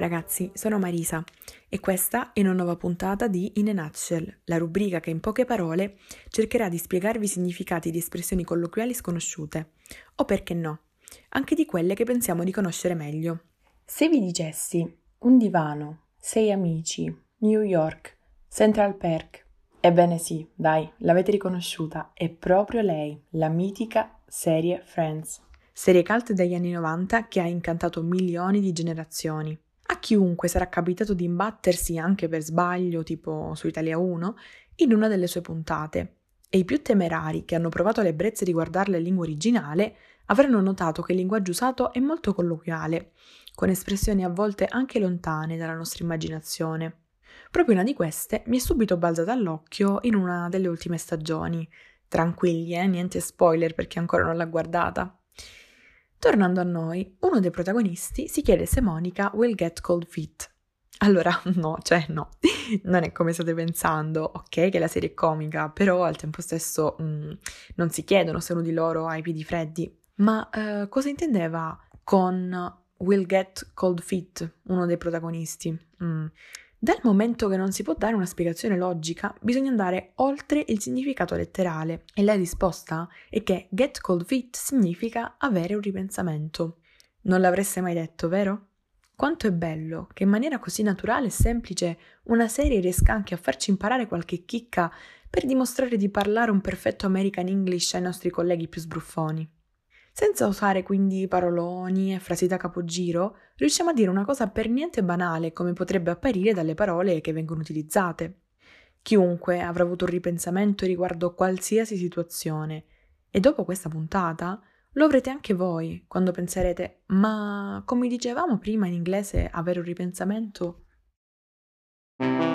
ragazzi, sono Marisa e questa è una nuova puntata di In a Nutshell, la rubrica che in poche parole cercherà di spiegarvi i significati di espressioni colloquiali sconosciute, o perché no, anche di quelle che pensiamo di conoscere meglio. Se vi dicessi un divano, sei amici, New York, Central Park, ebbene sì, dai, l'avete riconosciuta, è proprio lei, la mitica serie Friends. Serie cult degli anni 90 che ha incantato milioni di generazioni. A chiunque sarà capitato di imbattersi anche per sbaglio, tipo su Italia 1, in una delle sue puntate. E i più temerari che hanno provato l'ebbrezza di guardarla in lingua originale avranno notato che il linguaggio usato è molto colloquiale, con espressioni a volte anche lontane dalla nostra immaginazione. Proprio una di queste mi è subito balzata all'occhio in una delle ultime stagioni. Tranquilli, niente spoiler per chi ancora non l'ha guardata. Tornando a noi, uno dei protagonisti si chiede se Monica will get cold feet. Allora, no, non è come state pensando, ok che la serie è comica, però al tempo stesso non si chiedono se uno di loro ha i piedi freddi. Ma cosa intendeva con will get cold feet, uno dei protagonisti? Dal momento che non si può dare una spiegazione logica, bisogna andare oltre il significato letterale e la risposta è che get cold feet significa avere un ripensamento. Non l'avreste mai detto, vero? Quanto è bello che in maniera così naturale e semplice una serie riesca anche a farci imparare qualche chicca per dimostrare di parlare un perfetto American English ai nostri colleghi più sbruffoni. Senza usare quindi paroloni e frasi da capogiro, riusciamo a dire una cosa per niente banale come potrebbe apparire dalle parole che vengono utilizzate. Chiunque avrà avuto un ripensamento riguardo qualsiasi situazione e dopo questa puntata lo avrete anche voi quando penserete ma come dicevamo prima in inglese avere un ripensamento?